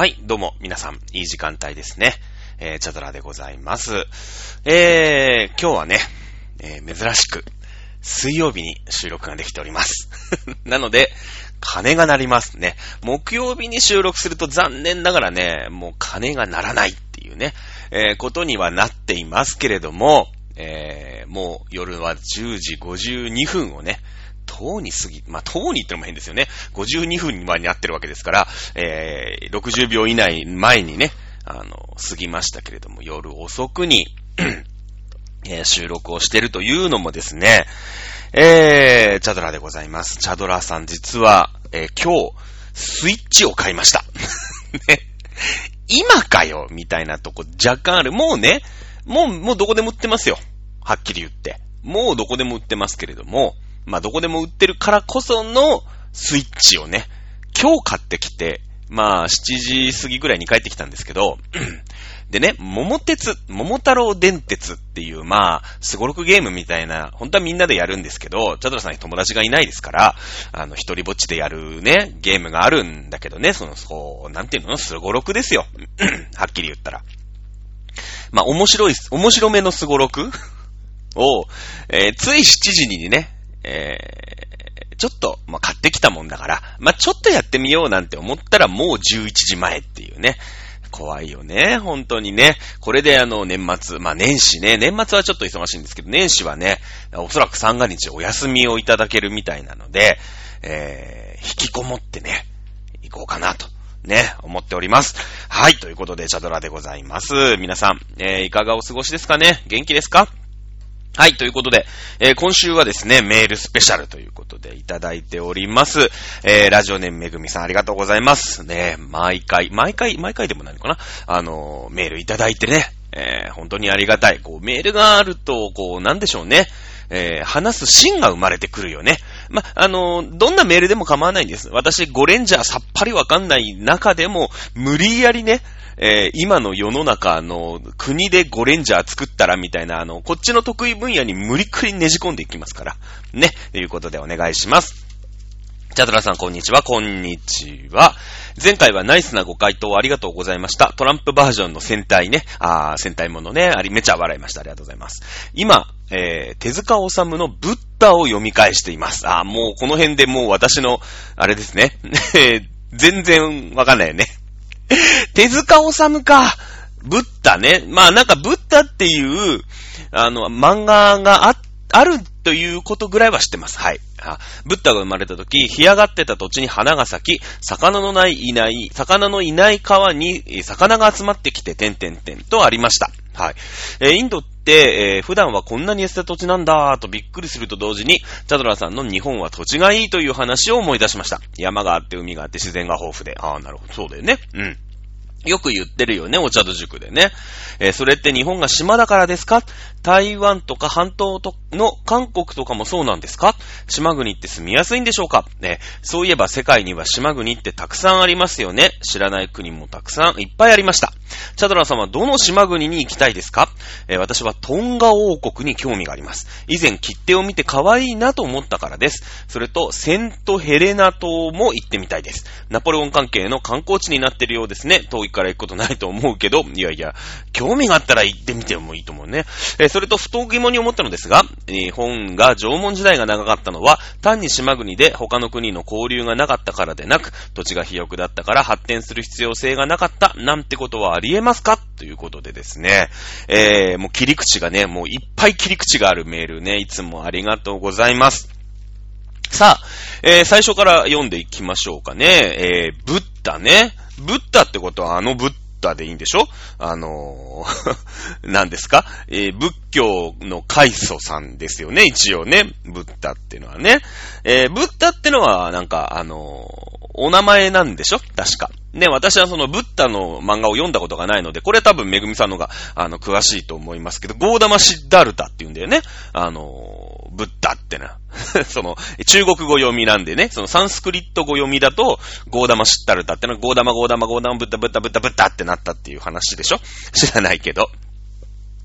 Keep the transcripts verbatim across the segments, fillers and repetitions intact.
はい、どうも、皆さん、いい時間帯ですね。えー、チャドラでございます。えー、今日はね、えー、珍しく、水曜日に収録ができております。なので、鐘が鳴りますね。木曜日に収録すると残念ながらね、もう鐘が鳴らないっていうね、えー、ことにはなっていますけれども、えー、もう夜はじゅうじごじゅうにふんをね、とうに過ぎ、まあ、とうにってのも変ですよね。ごじゅうにふんに前になってるわけですから、えー、ろくじゅうびょう以内前にね、あの、過ぎましたけれども、夜遅くに、えー、収録をしているというのもですね、えー、チャドラでございます。チャドラさん実は、えー、今日、スイッチを買いました。ね、今かよみたいなとこ若干ある。もうね、もう、もうどこでも売ってますよ。はっきり言って。もうどこでも売ってますけれども、まあどこでも売ってるからこそのスイッチをね、今日買ってきて、まあしちじ過ぎぐらいに帰ってきたんですけど、でね、桃鉄、桃太郎電鉄っていう、まあ、すごろくゲームみたいな、本当はみんなでやるんですけど、チャドラさんに友達がいないですから、あの、一人ぼっちでやるね、ゲームがあるんだけどね、その、そう、なんていうの、すごろくですよ。はっきり言ったら。まあ、面白い、面白めのすごろくを、えー、ついしちじにね、えー、ちょっと、まあ、買ってきたもんだから、まあ、ちょっとやってみようなんて思ったらもうじゅういちじまえっていうね。怖いよね、本当にね。これであの年末、まあ年始ね、年末はちょっと忙しいんですけど、年始はね、おそらく三が日お休みをいただけるみたいなので、えー、引きこもってね、行こうかなと。ね、思っております。はい、ということで、チャドラでございます。皆さん、えー、いかがお過ごしですかね？元気ですか？はい、ということで、えー、今週はですね、メールスペシャルということでいただいております。えー、ラジオネームめぐみさんありがとうございます。ね、毎回、毎回、毎回でもないのかな？あのー、メールいただいてね、えー、本当にありがたい。こう、メールがあると、こう、なんでしょうね。えー、話す芯が生まれてくるよね。ま、あのー、どんなメールでも構わないんです。私、ゴレンジャーさっぱりわかんない中でも、無理やりね、えー、今の世の中の国でゴレンジャー作ったらみたいな、あの、こっちの得意分野に無理くりねじ込んでいきますから。ね。ということでお願いします。チャドラさん、こんにちは。こんにちは。前回はナイスなご回答ありがとうございました。トランプバージョンの戦隊ね。あー、戦隊ものね。あり、めちゃ笑いました。ありがとうございます。今、えー、手塚治虫のブッダを読み返しています。あー、もうこの辺でもう私の、あれですね。全然わかんないよね。手塚治虫か。ブッダね。まあなんかブッダっていう、あの、漫画があ、あるということぐらいは知ってます。はい。ブッダが生まれた時、干上がってた土地に花が咲き、魚のないいない、魚のいない川に魚が集まってきて、点々点とありました。はい。えー、インドって、えー、普段はこんなに痩せた土地なんだとびっくりすると同時に、チャドラさんの日本は土地がいいという話を思い出しました。山があって海があって自然が豊富で。ああ、なるほど。そうだよね。うん。よく言ってるよね、お茶戸塾でね。えー、それって日本が島だからですか？台湾とか半島との韓国とかもそうなんですか？島国って住みやすいんでしょうか？ね、そういえば世界には島国ってたくさんありますよね。知らない国もたくさんいっぱいありました。チャドラさんはどの島国に行きたいですか？えー、私はトンガ王国に興味があります。以前切手を見て可愛いなと思ったからです。それとセントヘレナ島も行ってみたいです。ナポレオン関係の観光地になってるようですね。遠いから行くことないと思うけど、いやいや、興味があったら行ってみてもいいと思うね。えー、それとふと疑問に思ったのですが、日本が縄文時代が長かったのは、単に島国で他の国の交流がなかったからでなく、土地が肥沃だったから発展する必要性がなかったなんてことはありえますか？ということでですね、えー、もう切り口がね、もういっぱい切り口があるメールね、いつもありがとうございます。さあ、えー、最初から読んでいきましょうかね。えー、ブッダね。ブッダってことはあのブッダでいいんでしょ？あのー、何ですか？えー、仏教の開祖さんですよね、一応ね。ブッダっていうのはね。えー、ブッダってのはなんか、あのー、お名前なんでしょ？確か。ね、私はそのブッダの漫画を読んだことがないので、これは多分めぐみさんのが、あの、詳しいと思いますけど、ゴーダマシッダルタって言うんだよね。あの、ブッダってな。その、中国語読みなんでね、そのサンスクリット語読みだと、ゴーダマシッダルタってのは、ゴーダマゴーダマゴーダマブッダブッダブッダブッダってなったっていう話でしょ？知らないけど。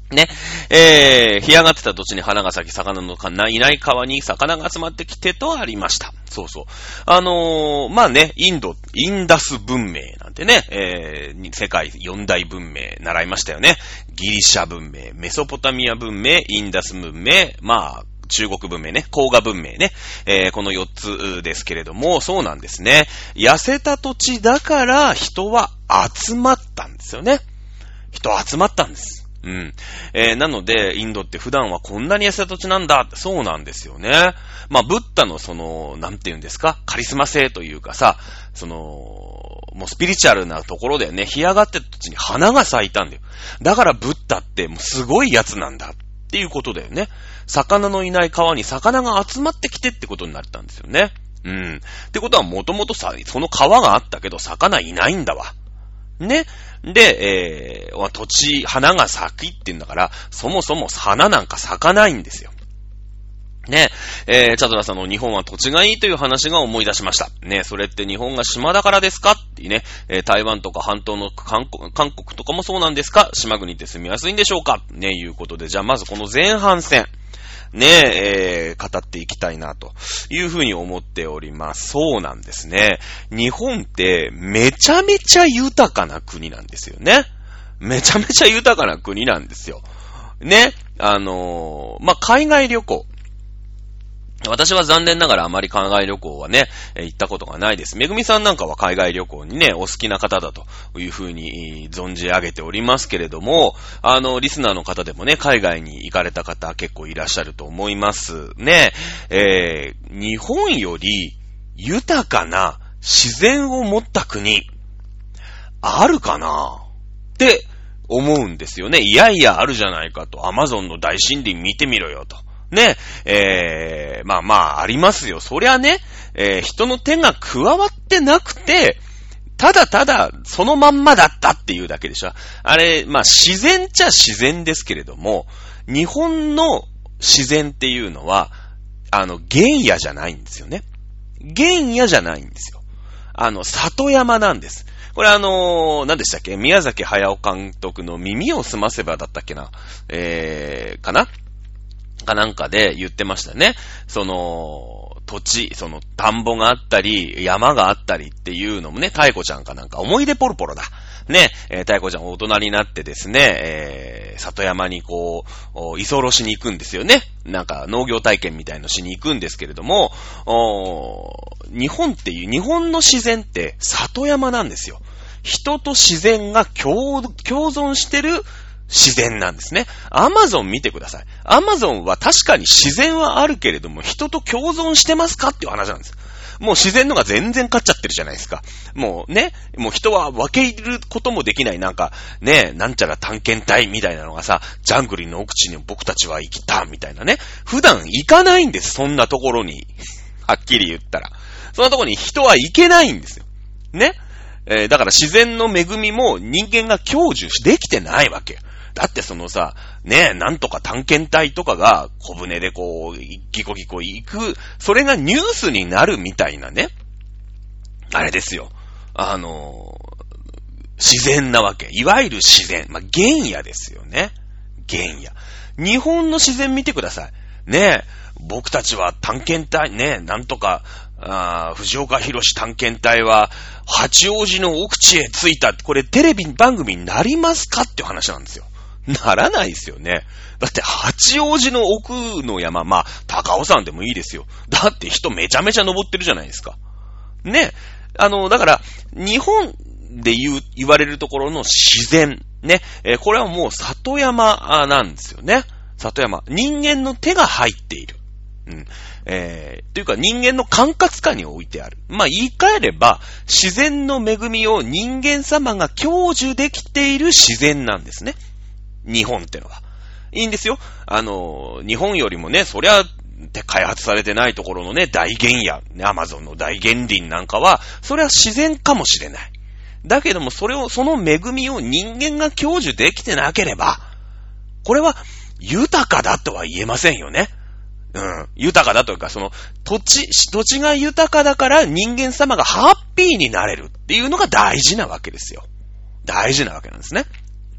ね。えー、干上がってた土地に花が咲き、魚のいない川に魚が集まってきてとありました。そうそう。あのー、まあね、インド、インダス文明なんてね、えー、世界四大文明習いましたよね。ギリシャ文明、メソポタミア文明、インダス文明、まあ、中国文明ね、黄河文明ね、えー、このよっつですけれども、そうなんですね。痩せた土地だから人は集まったんですよね。人は集まったんです。うん。えー、なので、インドって普段はこんなに痩せた土地なんだ。そうなんですよね。まあ、ブッダのその、なんて言うんですか、カリスマ性というかさ、その、もうスピリチュアルなところでね、干上がってた土地に花が咲いたんだよ。だからブッダってもうすごいやつなんだっていうことだよね。魚のいない川に魚が集まってきてってことになったんですよね。うん。ってことはもともとさ、その川があったけど魚いないんだわ。ね。で、えー、土地、花が咲きって言うんだから、そもそも花なんか咲かないんですよ。ね。えー、チャドラさんの日本は土地がいいという話が思い出しました。ね。それって日本が島だからですかってね。えー、台湾とか半島の韓国、韓国とかもそうなんですか？島国って住みやすいんでしょうか？ね、いうことで、じゃあまずこの前半戦。ねえ、えー、語っていきたいなというふうに思っております。そうなんですね。日本ってめちゃめちゃ豊かな国なんですよね。めちゃめちゃ豊かな国なんですよ。ね。あのー、まあ、海外旅行。私は残念ながらあまり海外旅行はね、行ったことがないです。めぐみさんなんかは海外旅行にね、お好きな方だというふうに存じ上げておりますけれども、あの、リスナーの方でもね、海外に行かれた方結構いらっしゃると思いますね。えー、日本より豊かな自然を持った国、あるかなって思うんですよね。いやいや、あるじゃないかと。アマゾンの大森林見てみろよと。ね、えー、まあまあ、ありますよ。そりゃね、えー、人の手が加わってなくて、ただただ、そのまんまだったっていうだけでしょ。あれ、まあ、自然っちゃ自然ですけれども、日本の自然っていうのは、あの、原野じゃないんですよね。原野じゃないんですよ。あの、里山なんです。これあのー、何でしたっけ？宮崎駿監督の耳をすませばだったっけな？えー、かな？かなんかで言ってましたね。その、土地、その、田んぼがあったり、山があったりっていうのもね、太鼓ちゃんかなんか、思い出ポロポロだ。ね、えー、太鼓ちゃん大人になってですね、えー、里山にこう、居候しに行くんですよね。なんか、農業体験みたいのしに行くんですけれども、日本っていう、日本の自然って里山なんですよ。人と自然が共、共存してる自然なんですね。アマゾン見てください。アマゾンは確かに自然はあるけれども、人と共存してますかっていう話なんです。もう自然のが全然勝っちゃってるじゃないですか。もうね、もう人は分け入ることもできないなんか、ね、なんちゃら探検隊みたいなのがさ、ジャングルの奥地に僕たちは行きたみたいなね。普段行かないんです、そんなところに。はっきり言ったら。そんなところに人は行けないんですよ。ね。えー、だから自然の恵みも人間が享受できてないわけよ。だってそのさ、ねえ、なんとか探検隊とかが小舟でこう、ギコギコ行く、それがニュースになるみたいなね。あれですよ。あのー、自然なわけ。いわゆる自然。まあ、原野ですよね。原野。日本の自然見てください。ねえ、僕たちは探検隊、ねえ、なんとか、あ藤岡弘探検隊は八王子の奥地へ着いた。これテレビ番組になりますかっていう話なんですよ。ならないですよね。だって八王子の奥の山、まあ高尾山でもいいですよ。だって人めちゃめちゃ登ってるじゃないですか。ね。あのだから日本で言う言われるところの自然ね、えー、これはもう里山なんですよね。里山。人間の手が入っている。うん。えー、というか人間の管轄下に置いてある。まあ言い換えれば自然の恵みを人間様が享受できている自然なんですね。日本ってのは。いいんですよ。あの、日本よりもね、そりゃ、開発されてないところのね、大原野、アマゾンの大原林なんかは、それは自然かもしれない。だけども、それを、その恵みを人間が享受できてなければ、これは豊かだとは言えませんよね。うん。豊かだというか、その、土地、土地が豊かだから人間様がハッピーになれるっていうのが大事なわけですよ。大事なわけなんですね。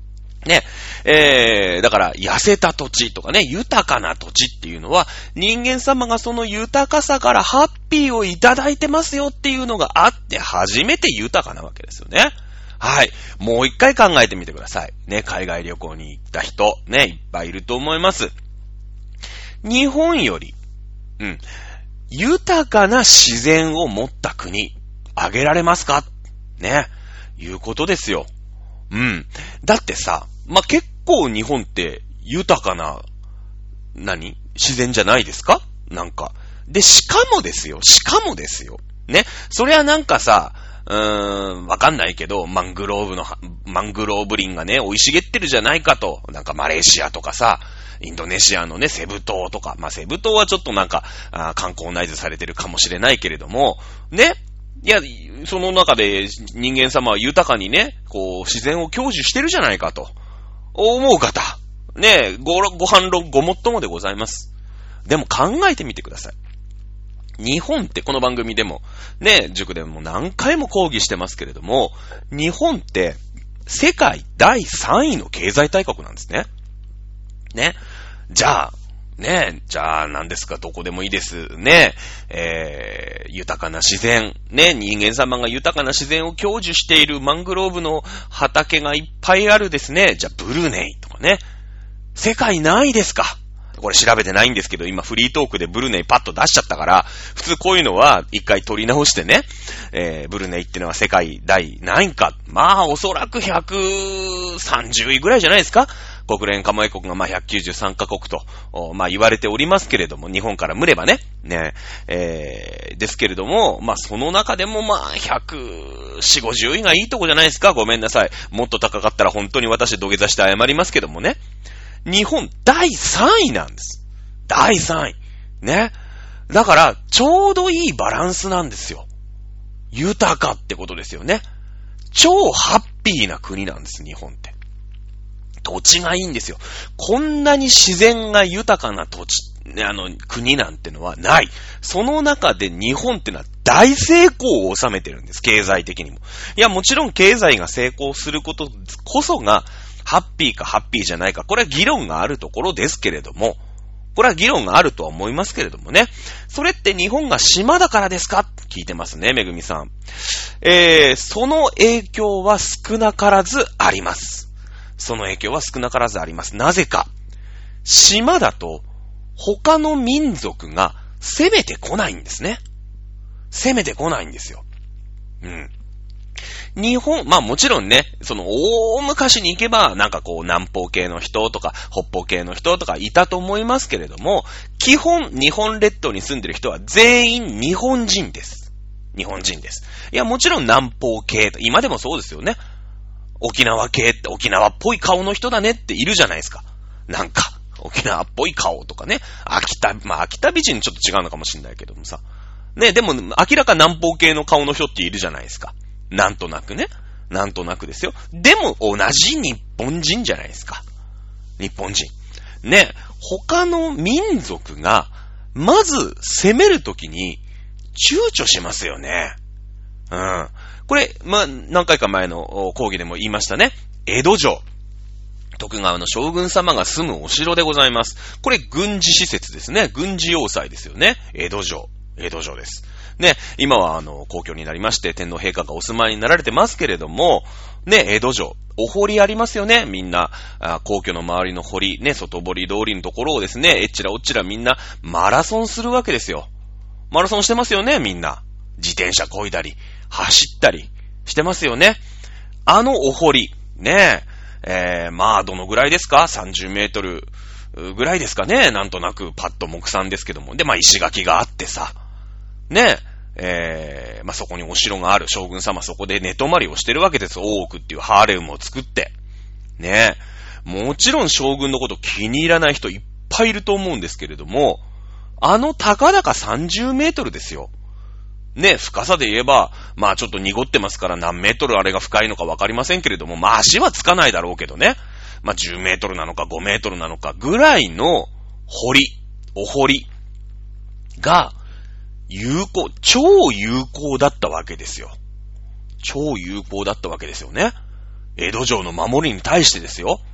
ね。えー、だから、痩せた土地とかね、豊かな土地っていうのは、人間様がその豊かさからハッピーをいただいてますよっていうのがあって、初めて豊かなわけですよね。はい。もう一回考えてみてください。ね、海外旅行に行った人、ね、いっぱいいると思います。日本より、うん、豊かな自然を持った国、あげられますか？ね、いうことですよ。うん。だってさ、まあ、結構日本って豊かな、何？自然じゃないですか？なんか。で、しかもですよ、しかもですよ。ね。そりゃなんかさ、うーん、わかんないけど、マングローブの、マングローブ林がね、生い茂ってるじゃないかと。なんかマレーシアとかさ、インドネシアのね、セブ島とか。まあ、セブ島はちょっとなんか、あ観光内図されてるかもしれないけれども、ね。いや、その中で人間様は豊かにね、こう、自然を享受してるじゃないかと。思う方。ね、ご、ご反論ごもっともでございます。でも考えてみてください。日本ってこの番組でも、ね、塾でも何回も講義してますけれども、日本って世界だいさんいの経済大国なんですね。ね。じゃあ、ね、じゃあ何ですか、どこでもいいです。ね、えー、豊かな自然、ね、人間様が豊かな自然を享受しているマングローブの畑がいっぱいあるですね。じゃあブルネイとかね。世界何位ですか？これ調べてないんですけど、今フリートークでブルネイパッと出しちゃったから、普通こういうのは一回取り直してね、えー、ブルネイってのは世界第何位か。まあおそらくひゃくさんじゅういぐらいじゃないですか？国連加盟国がまあひゃくきゅうじゅうさんカ国と、まあ言われておりますけれども、日本から見ればね、ね、えー、ですけれども、まあその中でもまあひゃくよんじゅう、ごじゅういがいいとこじゃないですか？ごめんなさい。もっと高かったら本当に私土下座して謝りますけどもね。日本だいさんいなんです。だいさんい。ね。だから、ちょうどいいバランスなんですよ。豊かってことですよね。超ハッピーな国なんです、日本って。土地がいいんですよ。こんなに自然が豊かな土地、ね、あの、国なんてのはない。その中で日本ってのは大成功を収めてるんです、経済的にも。いや、もちろん経済が成功することこそが、ハッピーかハッピーじゃないか。これは議論があるところですけれども、これは議論があるとは思いますけれどもね。それって日本が島だからですか？聞いてますね、めぐみさん。えー、その影響は少なからずあります。その影響は少なからずあります。なぜか。島だと他の民族が攻めてこないんですね。攻めてこないんですよ。うん。日本、まあもちろんね、その大昔に行けば、なんかこう南方系の人とか北方系の人とかいたと思いますけれども、基本日本列島に住んでる人は全員日本人です。日本人です。いやもちろん南方系、今でもそうですよね。沖縄系って沖縄っぽい顔の人だねっているじゃないですか。なんか、沖縄っぽい顔とかね。秋田、まあ秋田美人ちょっと違うのかもしれないけどもさ。ね、でも明らか南方系の顔の人っているじゃないですか。なんとなくね。なんとなくですよ。でも同じ日本人じゃないですか。日本人。ね。他の民族が、まず攻めるときに躊躇しますよね。うん。これ、まあ、何回か前の講義でも言いましたね。江戸城。徳川の将軍様が住むお城でございます。これ軍事施設ですね。軍事要塞ですよね。江戸城。江戸城です。ね、今はあの、皇居になりまして、天皇陛下がお住まいになられてますけれども、ね、江戸城、お堀ありますよね、みんな、あ皇居の周りの堀、ね、外堀通りのところをですね、えっちらおっちらみんな、マラソンするわけですよ。マラソンしてますよね、みんな。自転車漕いだり、走ったり、してますよね。あのお堀、ね、えー、まあ、どのぐらいですか ?さんじゅうメートルぐらいですかね、なんとなくパッと目算ですけども。で、まあ、石垣があってさ、ねえ、えー、まあ、そこにお城がある将軍様、そこで寝泊まりをしてるわけです。大奥っていうハーレムを作って。ねえ、もちろん将軍のこと気に入らない人いっぱいいると思うんですけれども、あの高々さんじゅうメートルですよ。ね、深さで言えば、まあちょっと濁ってますから何メートルあれが深いのかわかりませんけれども、まあ足はつかないだろうけどね。まあじゅうメートルなのかごメートルなのかぐらいの堀、お堀が、有効、超有効だったわけですよ。超有効だったわけですよね。江戸城の守りに対してですよ。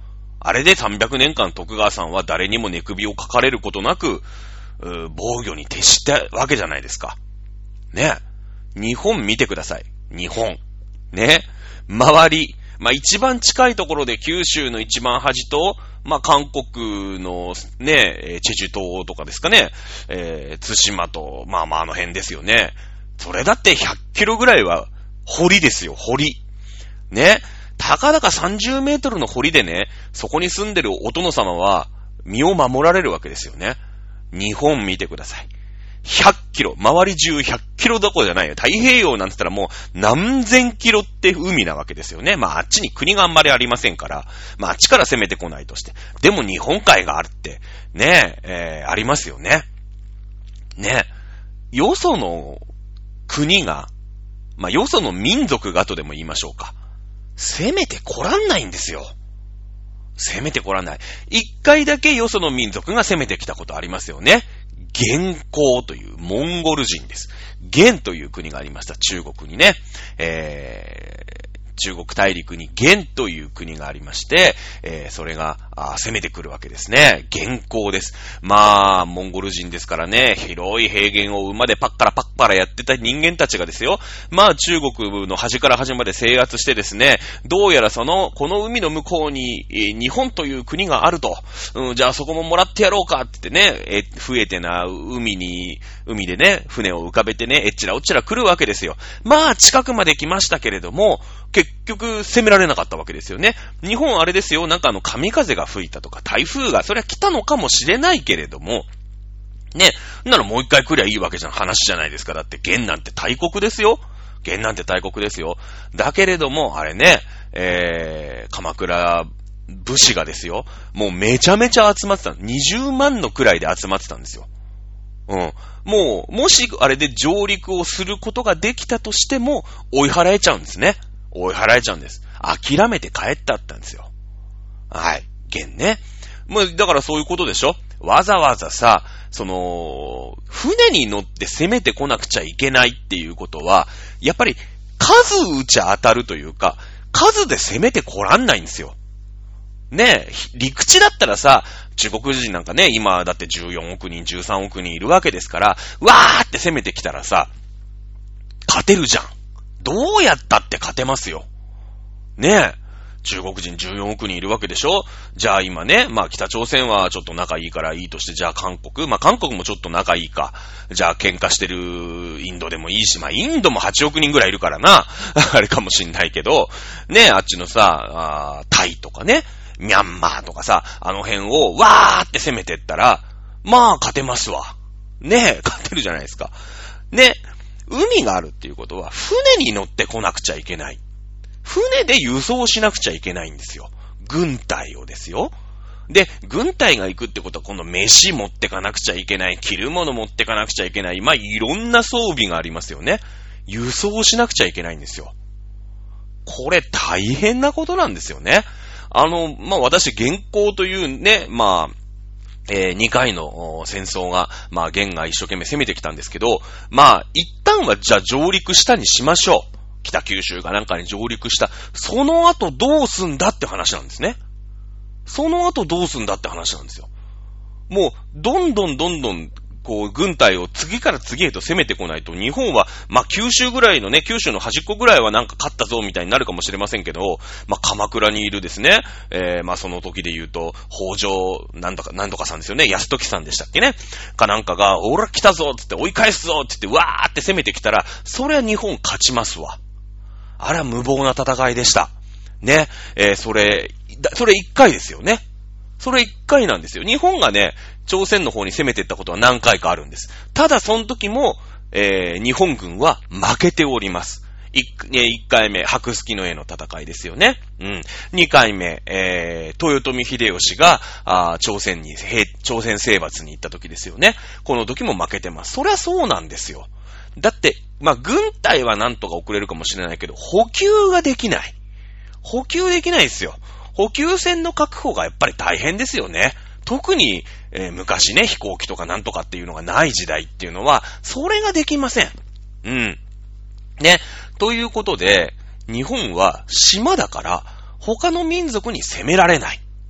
あれでさんびゃくねんかん徳川さんは誰にも寝首をかかれることなく、う防御に徹したわけじゃないですか。ね。日本見てください。日本。ね。周り。まあ、一番近いところで九州の一番端と、まあ、韓国のね、チェジュ島とかですかね、えー、対馬と、まあまああの辺ですよね。それだってひゃっキロぐらいは堀ですよ、堀。ね。たかだかさんじゅうメートルの堀でね、そこに住んでるお殿様は身を守られるわけですよね。日本見てください。ひゃっキロ、周り中ひゃっキロどころじゃないよ。太平洋なんて言ったらもう何千キロって海なわけですよね。まああっちに国があんまりありませんから、まああっちから攻めてこないとして。でも日本海があるって、ねえ、えー、ありますよね。ねえ、よその国が、まあよその民族がとでも言いましょうか。攻めてこらんないんですよ。攻めてこらんない。一回だけよその民族が攻めてきたことありますよね。元寇というモンゴル人です。元という国がありました。中国にね。えー、中国大陸に元という国がありまして、えー、それが攻めてくるわけですね。元寇です。まあ、モンゴル人ですからね、広い平原を馬でパッカラパッカラやってた人間たちがですよ。まあ、中国の端から端まで制圧してですね、どうやらその、この海の向こうに、えー、日本という国があると、うん、じゃあそこももらってやろうかってね、えー、増えてな海に、海でね、船を浮かべてね、えっちらおっちら来るわけですよ。まあ、近くまで来ましたけれども、結局攻められなかったわけですよね。日本あれですよ、なんかあの神風が吹いたとか台風がそれは来たのかもしれないけれども、ね、ならもう一回来りゃいいわけじゃん話じゃないですか。だって元なんて大国ですよ。元なんて大国ですよ。だけれどもあれね、えー、鎌倉武士がですよ、もうめちゃめちゃ集まってた。にじゅうまんのくらいで集まってたんですよ。うん。もう、もしあれで上陸をすることができたとしても追い払えちゃうんですね。追い払えちゃうんです。諦めて帰ったったんですよ。はい。元ね。もう、だからそういうことでしょ？わざわざさ、その、船に乗って攻めてこなくちゃいけないっていうことは、やっぱり数打ち当たるというか、数で攻めてこらんないんですよ。ねえ、陸地だったらさ、中国人なんかね、今だってじゅうよんおくにん、じゅうさんおくにんいるわけですから、わーって攻めてきたらさ、勝てるじゃん。どうやったって勝てますよ。ねえ。中国人じゅうよんおくにんいるわけでしょ。じゃあ今ね、まあ北朝鮮はちょっと仲いいからいいとして、じゃあ韓国、まあ韓国もちょっと仲いいか。じゃあ喧嘩してるインドでもいいし、まあインドもはちおくにんぐらいいるからな。あれかもしんないけど、ねえ、あっちのさ、あタイとかね、ミャンマーとかさ、あの辺をわーって攻めてったら、まあ勝てますわ。ねえ、勝てるじゃないですか。ね、海があるっていうことは、船に乗ってこなくちゃいけない。船で輸送しなくちゃいけないんですよ。軍隊をですよ。で、軍隊が行くってことは、今度飯持ってかなくちゃいけない。着るもの持ってかなくちゃいけない。まあ、いろんな装備がありますよね。輸送しなくちゃいけないんですよ。これ大変なことなんですよね。あの、まあ、私、元寇というね、まあ、えー、にかいの戦争が、まあ、元が一生懸命攻めてきたんですけど、まあ、一旦はじゃあ上陸したにしましょう。北九州かなんかに上陸した。その後どうすんだって話なんですね。その後どうすんだって話なんですよ。もう、どんどんどんどん、こう、軍隊を次から次へと攻めてこないと、日本は、まあ、九州ぐらいのね、九州の端っこぐらいはなんか勝ったぞみたいになるかもしれませんけど、まあ、鎌倉にいるですね、えー、まあ、その時で言うと、北条、なんとか、なんとかさんですよね、安時さんでしたっけね、かなんかが、おら来たぞつって追い返すぞって言って、わーって攻めてきたら、それは日本勝ちますわ。あれは無謀な戦いでした。ね、えー、それ、それ一回ですよね。それ一回なんですよ。日本がね、朝鮮の方に攻めていったことは何回かあるんです。ただその時も、えー、日本軍は負けております。一、ね、一回目、白月の絵の戦いですよね。うん。二回目、えー、豊臣秀吉が、あ朝鮮に、朝鮮征伐に行った時ですよね。この時も負けてます。そりゃそうなんですよ。だって、まあ、軍隊はなんとか遅れるかもしれないけど、補給ができない。補給できないですよ。補給線の確保がやっぱり大変ですよね。特に、えー、昔ね、飛行機とかなんとかっていうのがない時代っていうのは、それができません。うん。ね。ということで、日本は島だから、他の民族に攻められない。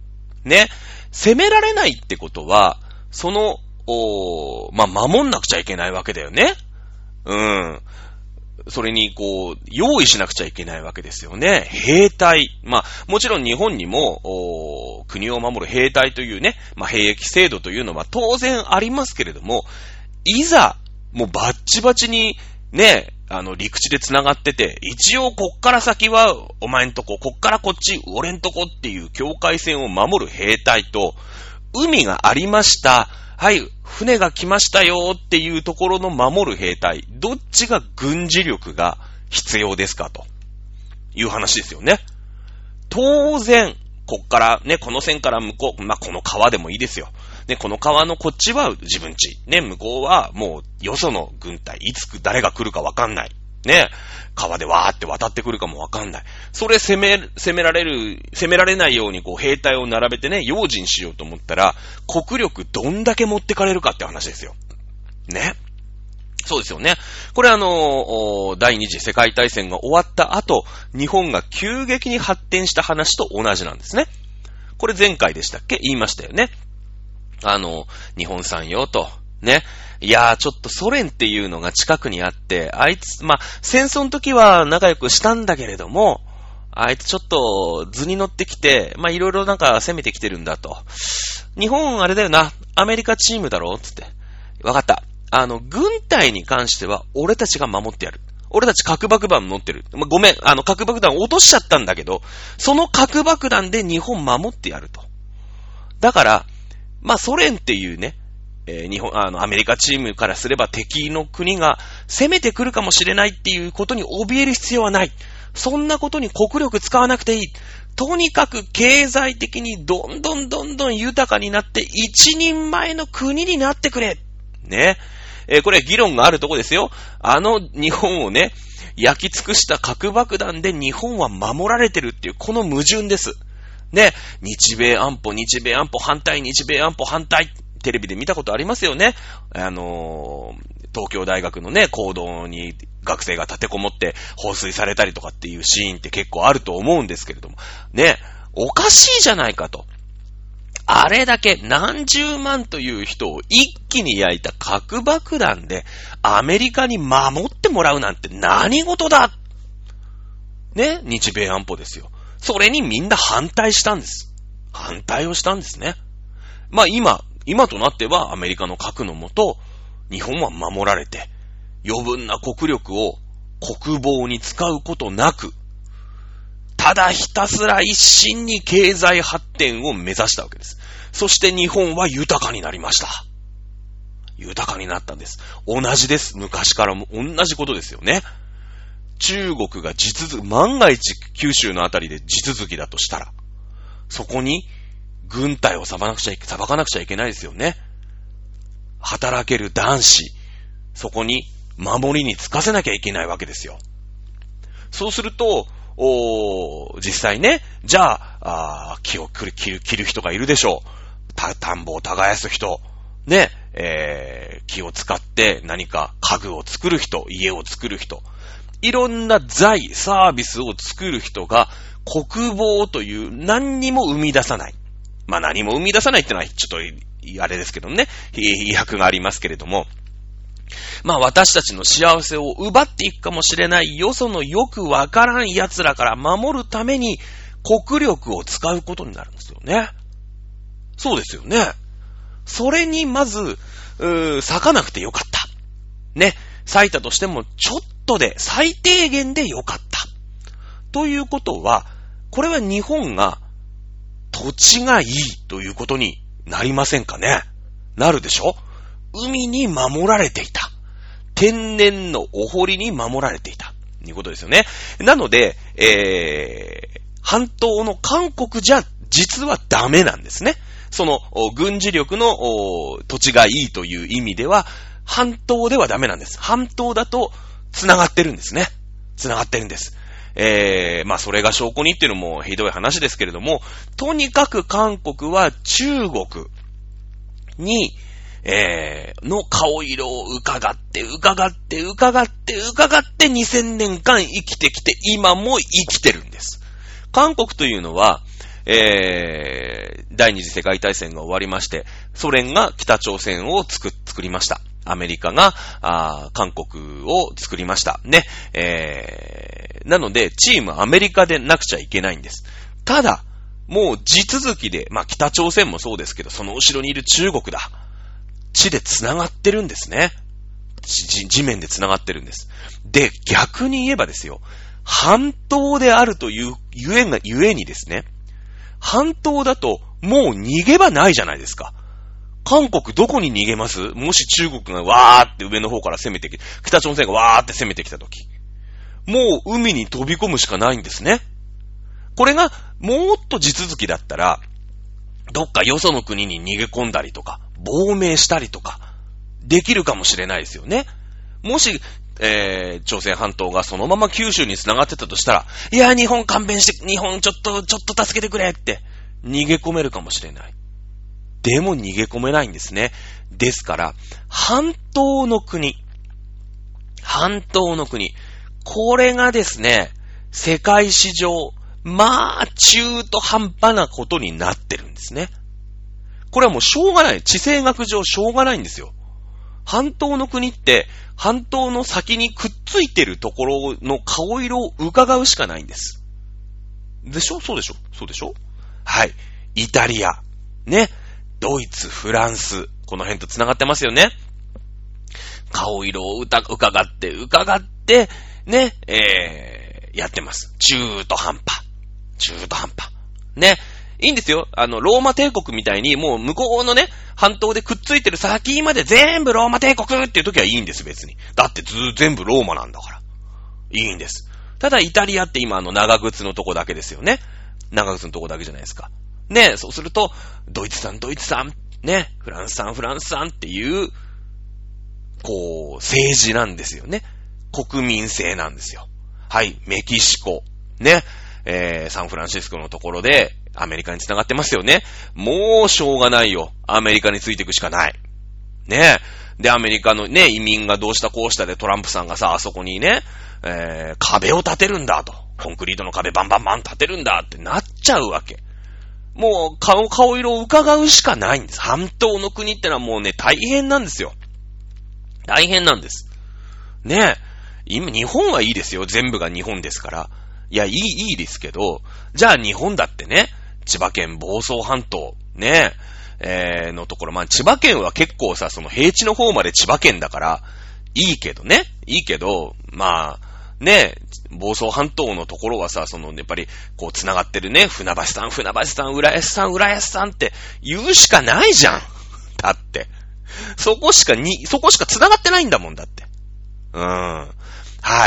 ね。攻められないってことは、その、おまあ、守んなくちゃいけないわけだよね。うん。それに、こう、用意しなくちゃいけないわけですよね。兵隊。まあ、もちろん日本にも、お国を守る兵隊というね、まあ、兵役制度というのは当然ありますけれども、いざ、もうバッチバチに、ね、あの、陸地で繋がってて、一応こっから先はお前んとこ、こっからこっち、俺んとこっていう境界線を守る兵隊と、海がありました。はい、船が来ましたよっていうところの守る兵隊、どっちが軍事力が必要ですかという話ですよね。当然、こっからね、この線から向こう、まあ、この川でもいいですよ。ね、この川のこっちは自分地。ね、向こうはもうよその軍隊。いつ誰が来るかわかんない。ね、川でわーって渡ってくるかもわかんない。それ攻め、攻められる、攻められないようにこう兵隊を並べてね、用心しようと思ったら、国力どんだけ持ってかれるかって話ですよ。ね。そうですよね。これあの、第二次世界大戦が終わった後、日本が急激に発展した話と同じなんですね。これ前回でしたっけ？言いましたよね。あの、日本産よと、ね。いやー、ちょっとソ連っていうのが近くにあって、あいつ、まあ、戦争の時は仲良くしたんだけれども、あいつちょっと図に乗ってきて、まあ、いろいろなんか攻めてきてるんだと。日本あれだよな、アメリカチームだろつって。わかった。あの、軍隊に関しては、俺たちが守ってやる。俺たち核爆弾持ってる。まあ、ごめん、あの、核爆弾落としちゃったんだけど、その核爆弾で日本守ってやると。だから、まあ、ソ連っていうね、えー、日本、あの、アメリカチームからすれば敵の国が攻めてくるかもしれないっていうことに怯える必要はない。そんなことに国力使わなくていい。とにかく経済的にどんどんどんどん豊かになって一人前の国になってくれ。ね。えー、これ議論があるとこですよ。あの日本をね、焼き尽くした核爆弾で日本は守られてるっていうこの矛盾です。ね。日米安保、日米安保反対、日米安保反対。テレビで見たことありますよね。あのー、東京大学のね、講堂に学生が立てこもって放水されたりとかっていうシーンって結構あると思うんですけれども。ね。おかしいじゃないかと。あれだけ何十万という人を一気に焼いた核爆弾でアメリカに守ってもらうなんて何事だね、日米安保ですよ。それにみんな反対したんです。反対をしたんですね。まあ今、今となってはアメリカの核のもと、日本は守られて、余分な国力を国防に使うことなく、ただひたすら一心に経済発展を目指したわけです。そして日本は豊かになりました。豊かになったんです。同じです。昔からも同じことですよね。中国が地続き、万が一九州のあたりで地続きだとしたら、そこに軍隊を裁かなくちゃいけ、裁かなくちゃいけないですよね。働ける男子、そこに守りにつかせなきゃいけないわけですよ。そうすると、お実際ね、じゃあ、あ木を切る、切る、切る人がいるでしょう。た、田んぼを耕す人、ね、えー、木を使って何か家具を作る人、家を作る人、いろんな財、サービスを作る人が国防という何にも生み出さない。まあ何も生み出さないってのはちょっとあれですけどね、意訳がありますけれども、まあ私たちの幸せを奪っていくかもしれないよそのよくわからん奴らから守るために国力を使うことになるんですよね。そうですよね。それにまず、うー、割かなくてよかった。ね。割いたとしてもちょっとで最低限でよかった。ということは、これは日本が土地がいいということになりませんかね。なるでしょ？海に守られていた。天然のお堀に守られていた。ということですよね。なので、えー、半島の韓国じゃ実はダメなんですね。その軍事力の土地がいいという意味では、半島ではダメなんです。半島だと繋がってるんですね。繋がってるんです。えー、まあそれが証拠にっていうのもひどい話ですけれども、とにかく韓国は中国に、えー、の顔色を伺って、伺って、伺って、伺ってにせんねんかん生きてきて、今も生きてるんです。韓国というのは、 えー、第二次世界大戦が終わりまして、ソ連が北朝鮮を作、作りました。アメリカが、あ韓国を作りました。ね。えー、なので、チームアメリカでなくちゃいけないんです。ただ、もう地続きで、まあ北朝鮮もそうですけど、その後ろにいる中国だ。地で繋がってるんですね。地、地面で繋がってるんです。で、逆に言えばですよ、半島であるというゆえが、ゆえにですね、半島だともう逃げ場ないじゃないですか。韓国どこに逃げます？もし中国がわーって上の方から攻めてきて、北朝鮮がわーって攻めてきたとき、もう海に飛び込むしかないんですね。これがもっと地続きだったら、どっかよその国に逃げ込んだりとか、亡命したりとか、できるかもしれないですよね。もし、えー、朝鮮半島がそのまま九州に繋がってたとしたら、いや、日本勘弁して、日本ちょっと、ちょっと助けてくれって逃げ込めるかもしれない。でも逃げ込めないんですね。ですから、半島の国、半島の国、これがですね、世界史上、まあ、中途半端なことになってるんですね。これはもうしょうがない。地政学上しょうがないんですよ。半島の国って、半島の先にくっついてるところの顔色を伺うしかないんです。でしょ？そうでしょ？そうでしょ？はい。イタリア。ね。ドイツ、フランス。この辺と繋がってますよね。顔色を伺って、伺って、ね。えー、やってます。中途半端。中途半端。ね。いいんですよ。あの、ローマ帝国みたいに、もう向こうのね、半島でくっついてる先まで全部ローマ帝国っていう時はいいんです、別に。だってずー全部ローマなんだから。いいんです。ただイタリアって今あの長靴のとこだけですよね。長靴のとこだけじゃないですか。ね、そうすると、ドイツさん、ドイツさん、ね、フランスさん、フランスさんっていう、こう、政治なんですよね。国民性なんですよ。はい、メキシコ、ね、えー、サンフランシスコのところで、アメリカに繋がってますよね。もうしょうがないよ。アメリカについていくしかない。ねえ。で、アメリカのね、移民がどうしたこうしたでトランプさんがさ、あそこにね、えー、壁を建てるんだと。コンクリートの壁バンバンバン建てるんだってなっちゃうわけ。もう顔、顔色を伺うしかないんです。半島の国ってのはもうね、大変なんですよ。大変なんです。ねえ。今、日本はいいですよ。全部が日本ですから。いや、いい、いいですけど、じゃあ日本だってね、千葉県房総半島、ね、えー、のところ、まあ千葉県は結構さ、その平地の方まで千葉県だから、いいけどね、いいけど、まあ、ね、房総半島のところはさ、その、やっぱり、こう繋がってるね、船橋さん、船橋さん、浦安さん、浦安さんって言うしかないじゃん。だって。そこしかに、そこしか繋がってないんだもんだって。うん。はい。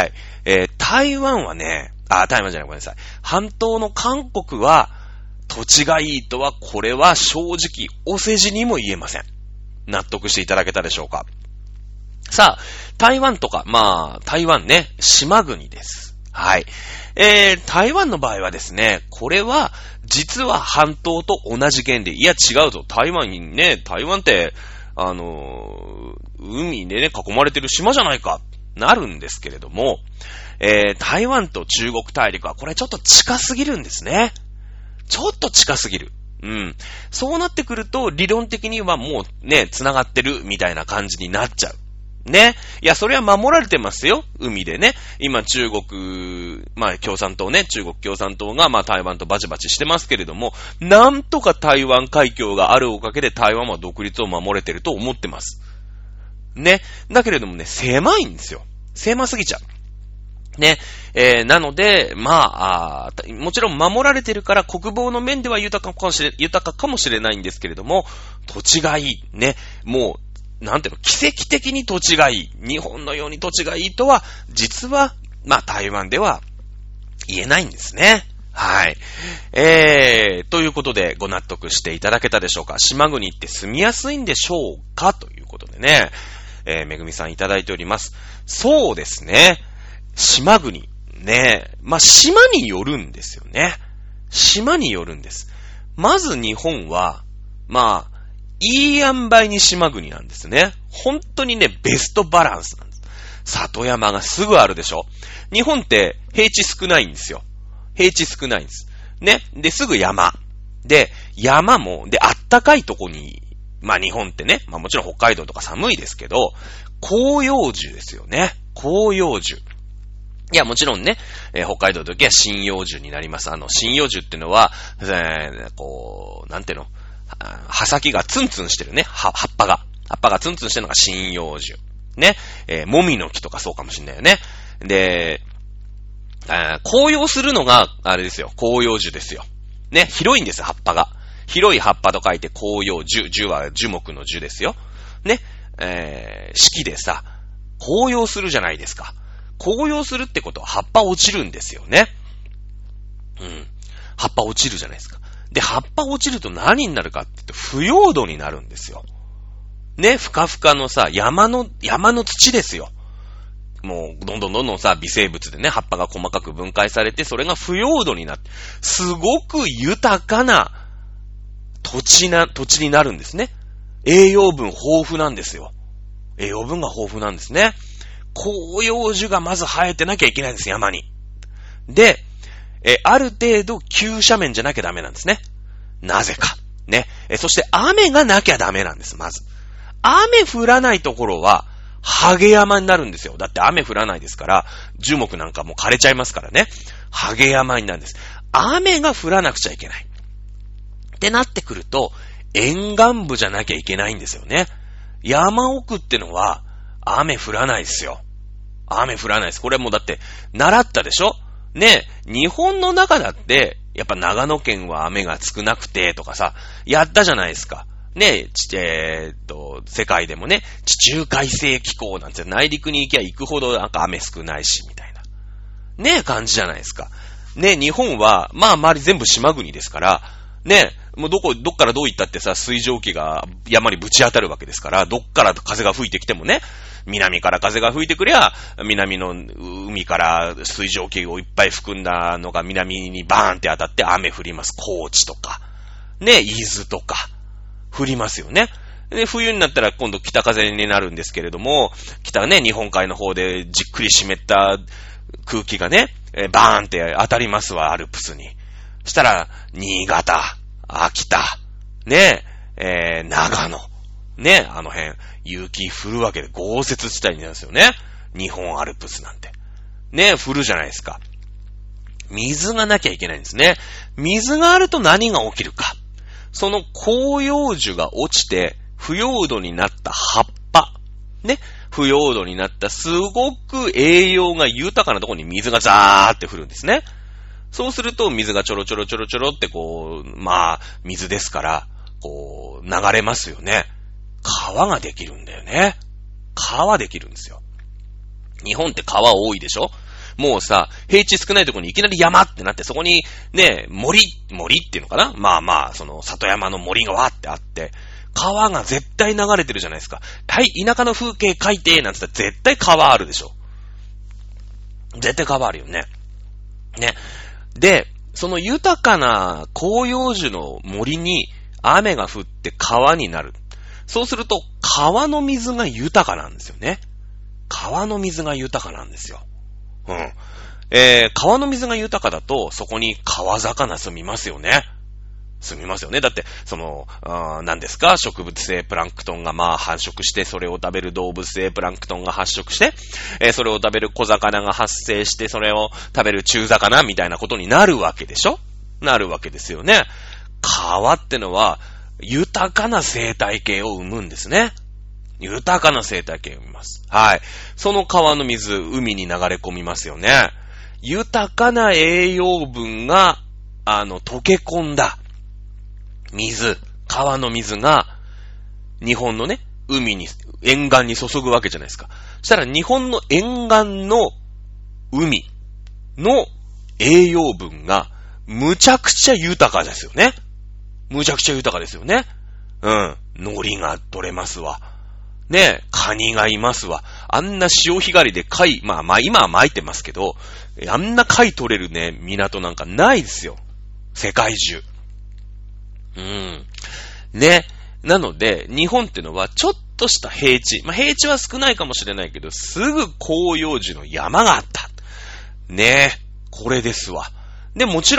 えー、台湾はね、あ、台湾じゃない、ごめんなさい。半島の韓国は、土地がいいとは、これは正直、お世辞にも言えません。納得していただけたでしょうか。さあ、台湾とか、まあ、台湾ね、島国です。はい。えー、台湾の場合はですね、これは、実は半島と同じ原理。いや、違うと。台湾にね、台湾って、あのー、海でね、囲まれてる島じゃないか、なるんですけれども、えー、台湾と中国大陸はこれちょっと近すぎるんですね。ちょっと近すぎる。うん。そうなってくると理論的にはもうね、繋がってるみたいな感じになっちゃう。ね。いや、それは守られてますよ。海でね。今中国、まあ共産党ね、中国共産党がまあ台湾とバチバチしてますけれども、なんとか台湾海峡があるおかげで台湾は独立を守れてると思ってます。ね。だけれどもね、狭いんですよ。狭すぎちゃう。ね。えー、なので、まあ、あ、もちろん守られてるから国防の面では豊かかもしれ、豊かかもしれないんですけれども、土地がいい。ね。もう、なんていうの、奇跡的に土地がいい。日本のように土地がいいとは、実は、まあ、台湾では言えないんですね。はい。えー、ということで、ご納得していただけたでしょうか。島国って住みやすいんでしょうかということでね。えー、めぐみさんいただいております。そうですね。島国。ね。まあ、島によるんですよね。島によるんです。まず日本は、まあ、いい塩梅に島国なんですね。本当にね、ベストバランスなんです。里山がすぐあるでしょ。日本って平地少ないんですよ。平地少ないんです。ね。で、すぐ山。 で、山も、で、あったかいとこに、まあ日本ってね、まあもちろん北海道とか寒いですけど、広葉樹ですよね。広葉樹。いや、もちろんね、えー、北海道の時は針葉樹になります。あの、針葉樹っていうのは、えー、こう、なんていうの、葉先がツンツンしてるね、葉、葉っぱが。葉っぱがツンツンしてるのが針葉樹。ね、えー、もみの木とかそうかもしんないよね。で、あ紅葉するのが、あれですよ、広葉樹ですよ。ね、広いんですよ、葉っぱが。広い葉っぱと書いて紅葉樹。樹は樹木の樹ですよ。ね、えー、四季でさ、紅葉するじゃないですか。紅葉するってことは葉っぱ落ちるんですよね。うん。葉っぱ落ちるじゃないですか。で、葉っぱ落ちると何になるかって言うと、腐葉土になるんですよ。ね、ふかふかのさ、山の、山の土ですよ。もう、どんどんどんどんさ、微生物でね、葉っぱが細かく分解されて、それが腐葉土になって、すごく豊かな土地な、土地になるんですね。栄養分豊富なんですよ。栄養分が豊富なんですね。広葉樹がまず生えてなきゃいけないんです、山に。で、え、ある程度急斜面じゃなきゃダメなんですね。なぜか。ね。え、そして雨がなきゃダメなんです、まず。雨降らないところは、ハゲ山になるんですよ。だって雨降らないですから、樹木なんかもう枯れちゃいますからね。ハゲ山になるんです。雨が降らなくちゃいけない。ってなってくると、沿岸部じゃなきゃいけないんですよね。山奥ってのは、雨降らないですよ。雨降らないです。これもうだって、習ったでしょ？ね、日本の中だって、やっぱ長野県は雨が少なくてとかさ、やったじゃないですか。ね、えー、っと、世界でもね、地中海性気候なんて内陸に行きゃ行くほどなんか雨少ないし、みたいな。ね、感じじゃないですか。ね、日本は、まあ周り全部島国ですから、ね、もうどこ、どっからどう行ったってさ、水蒸気が山にぶち当たるわけですから、どっから風が吹いてきてもね、南から風が吹いてくりゃ、南の海から水蒸気をいっぱい含んだのが南にバーンって当たって雨降ります。高知とか、ね、伊豆とか、降りますよね。で、冬になったら今度北風になるんですけれども、北ね、日本海の方でじっくり湿った空気がね、バーンって当たりますわ、アルプスに。そしたら、新潟、秋田、ね、えー、長野、ね、あの辺、雪降るわけで豪雪地帯になるんですよね。日本アルプスなんて。ね、降るじゃないですか。水がなきゃいけないんですね。水があると何が起きるか。その広葉樹が落ちて、腐葉土になった葉っぱ。ね。腐葉土になったすごく栄養が豊かなところに水がザーって降るんですね。そうすると水がちょろちょろちょろちょろってこう、まあ、水ですから、こう、流れますよね。川ができるんだよね。川できるんですよ。日本って川多いでしょ？もうさ、平地少ないところにいきなり山ってなって、そこにね、森、森っていうのかな？まあまあ、その里山の森がわーってあって、川が絶対流れてるじゃないですか。はい、田舎の風景描いて、なんて言ったら絶対川あるでしょ。絶対川あるよね。ね。で、その豊かな広葉樹の森に雨が降って川になる。そうすると、川の水が豊かなんですよね。川の水が豊かなんですよ。うん。えー、川の水が豊かだと、そこに川魚住みますよね。住みますよね。だって、その、あ何ですか、植物性プランクトンがまあ繁殖して、それを食べる動物性プランクトンが発殖して、えー、それを食べる小魚が発生して、それを食べる中魚みたいなことになるわけでしょ？なるわけですよね。川ってのは、豊かな生態系を生むんですね。豊かな生態系を生みます。はい。その川の水、海に流れ込みますよね。豊かな栄養分が、あの、溶け込んだ水、川の水が、日本のね、海に、沿岸に注ぐわけじゃないですか。そしたら日本の沿岸の海の栄養分が、むちゃくちゃ豊かですよね。むちゃくちゃ豊かですよね。うん。海苔が取れますわ。ねえ、カニがいますわ。あんな潮干狩りで貝、まあまあ今は巻いてますけど、あんな貝取れるね、港なんかないですよ。世界中。うん。ね。なので、日本ってのはちょっとした平地。まあ平地は少ないかもしれないけど、すぐ広葉樹の山があった。ねえ、これですわ。で、もちろん、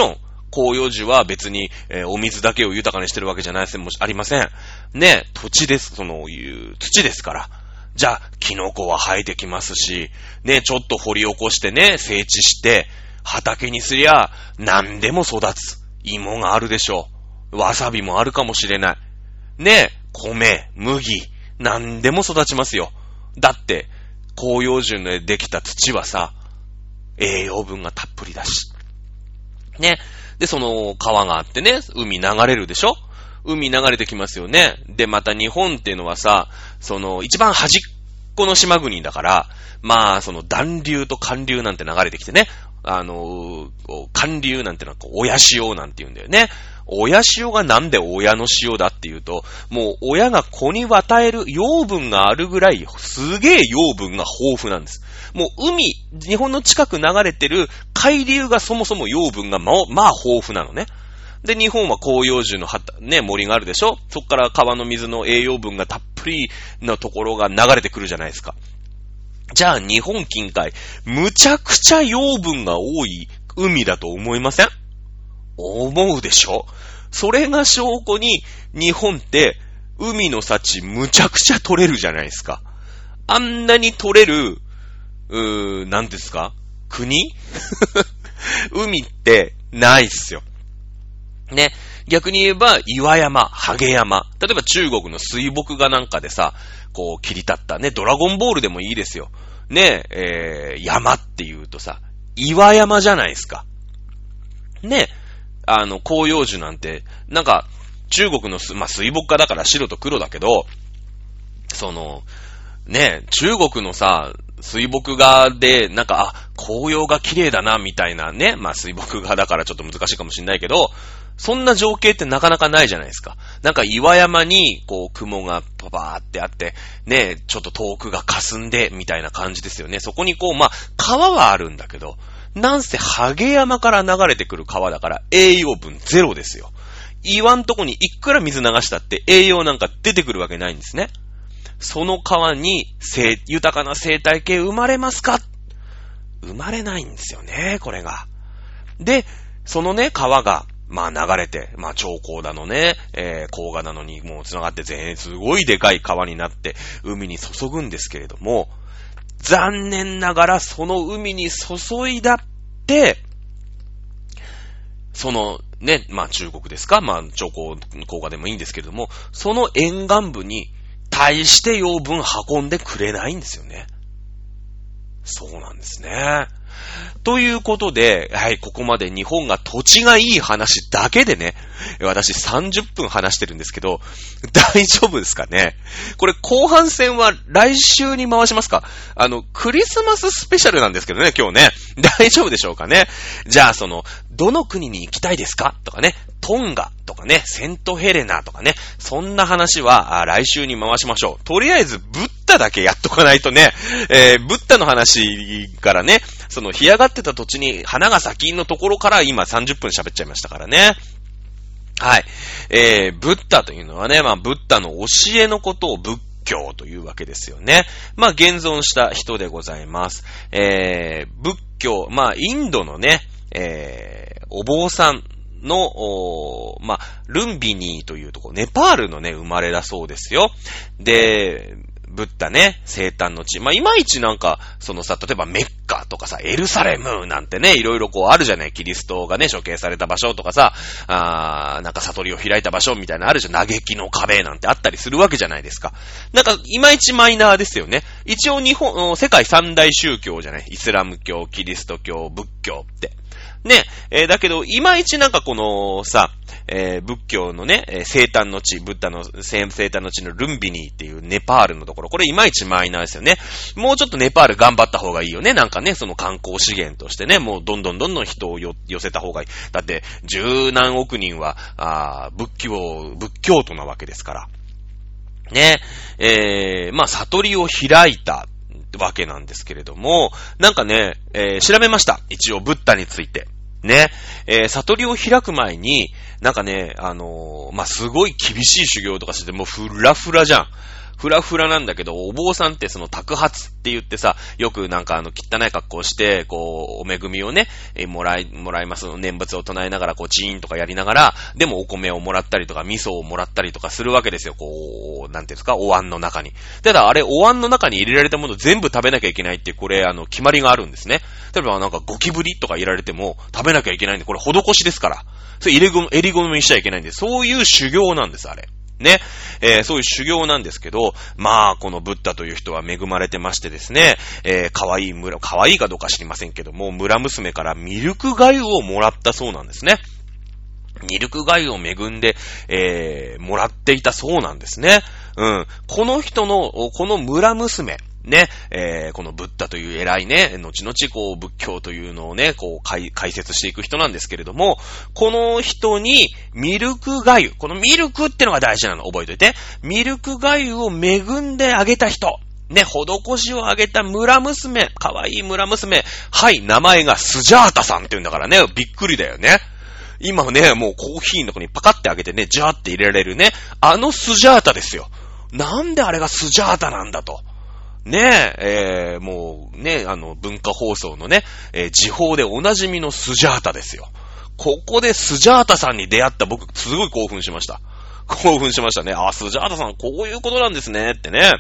広葉樹は別に、えー、お水だけを豊かにしてるわけじゃないですもありません。ね、土地です、そのいう土ですから。じゃあ、キノコは生えてきますし、ね、ちょっと掘り起こしてね、整地して、畑にすりゃ、何でも育つ。芋があるでしょう。わさびもあるかもしれない。ね、米、麦、何でも育ちますよ。だって、広葉樹でできた土はさ、栄養分がたっぷりだし。ね。で、その川があってね、海流れるでしょ？海流れてきますよね。で、また日本っていうのはさ、その一番端っこの島国だから、まあ、その暖流と寒流なんて流れてきてね、あの、寒流なんてのはこう親潮なんて言うんだよね。親潮がなんで親の潮だっていうと、もう親が子に与える養分があるぐらい、すげえ養分が豊富なんです。もう海、日本の近く流れてる海流がそもそも養分がまあ、まあ豊富なのね。で、日本は広葉樹の畑、ね、森があるでしょ？そっから川の水の栄養分がたっぷりのところが流れてくるじゃないですか。じゃあ日本近海、むちゃくちゃ養分が多い海だと思いません？思うでしょ？それが証拠に日本って海の幸むちゃくちゃ取れるじゃないですか。あんなに取れる、うー、なんですか？国海ってないっすよ。ね。逆に言えば岩山、ハゲ山。例えば中国の水墨画なんかでさ、こう切り立ったね、ドラゴンボールでもいいですよ。ね、えー、山って言うとさ、岩山じゃないですか。ね。あの、広葉樹なんて、なんか、中国のす、まあ、水墨画だから白と黒だけど、その、ね、中国のさ、水墨画で、なんか、あ、紅葉が綺麗だな、みたいなね、まあ、水墨画だからちょっと難しいかもしれないけど、そんな情景ってなかなかないじゃないですか。なんか岩山に、こう、雲がパパーってあって、ね、ちょっと遠くが霞んで、みたいな感じですよね。そこにこう、まあ、川はあるんだけど、なんせハゲ山から流れてくる川だから栄養分ゼロですよ。岩んとこにいくら水流したって栄養なんか出てくるわけないんですね。その川に豊かな生態系生まれますか？生まれないんですよね、これが。で、そのね、川が、まあ流れて、まあ長江だのね、えー、黄河なのにもう繋がって全すごいでかい川になって海に注ぐんですけれども、残念ながらその海に注いだって、そのね、まあ中国ですか、まあ長江、黄河でもいいんですけれども、その沿岸部に大して養分運んでくれないんですよね。そうなんですね。ということで、はい、ここまで日本が土地がいい話だけでね、私さんじゅっぷん話してるんですけど、大丈夫ですかね？これ後半戦は来週に回しますか？あの、クリスマススペシャルなんですけどね、今日ね。大丈夫でしょうかね？じゃあ、その、どの国に行きたいですか？とかね、トンガとかね、セントヘレナとかね、そんな話は来週に回しましょう。とりあえず、ブッダだけやっとかないとね、えー、ブッダの話からね、その、干上がってた土地に花が咲きのところから今さんじゅっぷん喋っちゃいましたからね。はい。えー、ブッダというのはね、まあ、ブッダの教えのことを仏教というわけですよね。まあ、現存した人でございます。えー、仏教、まあ、インドのね、えー、お坊さんの、まあ、ルンビニーというところ、ネパールのね、生まれだそうですよ。で、ブッダね、生誕の地。まあ、いまいちなんか、そのさ、例えばメッカとかさ、エルサレムなんてね、いろいろこうあるじゃない。キリストがね、処刑された場所とかさ、あー、なんか悟りを開いた場所みたいなあるじゃん。嘆きの壁なんてあったりするわけじゃないですか。なんか、いまいちマイナーですよね。一応日本、世界三大宗教じゃない。イスラム教、キリスト教、仏教って。ね、えー、だけど、いまいちなんかこのさ、えー、仏教のね、えー、生誕の地、ブッダの生誕の地のルンビニーっていうネパールのところ、これいまいちマイナーですよね。もうちょっとネパール頑張った方がいいよね。なんかね、その観光資源としてね、もうどんどんどんどん人をよ寄せた方がいい。だって、十何億人は、あ仏教、仏教徒なわけですから。ね、えー、まあ、悟りを開いたわけなんですけれども、なんかね、えー、調べました。一応、ブッダについて。ね、えー、悟りを開く前に、なんかね、あのー、まあ、すごい厳しい修行とかしてて、もうフラフラじゃん。 フラフラなんだけど、お坊さんってその托鉢って言ってさ、よくなんかあの汚い格好して、こう、お恵みをね、えー、もらい、もらいますの、念仏を唱えながら、こう、チーンとかやりながら、でもお米をもらったりとか、味噌をもらったりとかするわけですよ。こう、なんていうんですか、お椀の中に。ただ、あれ、お椀の中に入れられたもの全部食べなきゃいけないって、これ、あの、決まりがあるんですね。例えば、なんか、ゴキブリとか入れられても、食べなきゃいけないんで、これ、施しですから。それ、入れご、襟ごみにしちゃいけないんで、そういう修行なんです、あれ。ね。えー、そういう修行なんですけど、まあ、このブッダという人は恵まれてましてですね、えー、可愛い村、可愛いかどうか知りませんけども、村娘からミルク粥をもらったそうなんですね。ミルク粥を恵んで、えー、もらっていたそうなんですね。うん。この人の、この村娘、ね、えー、このブッダという偉いね、後々こう仏教というのをね、こう解、解説していく人なんですけれども、この人にミルク粥、このミルクってのが大事なの、覚えといて。ミルク粥を恵んであげた人。ね、施しをあげた村娘、かわいい村娘。はい、名前がスジャータさんって言うんだからね、びっくりだよね。今ね、もうコーヒーのとこにパカって開けてね、ジャーって入れられるね、あのスジャータですよ。なんであれがスジャータなんだと。ねえ、えー、もうね、あの、文化放送のね、えー、時報でおなじみのスジャータですよ。ここでスジャータさんに出会った僕、すごい興奮しました。興奮しましたね。あ、スジャータさん、こういうことなんですね、ってね。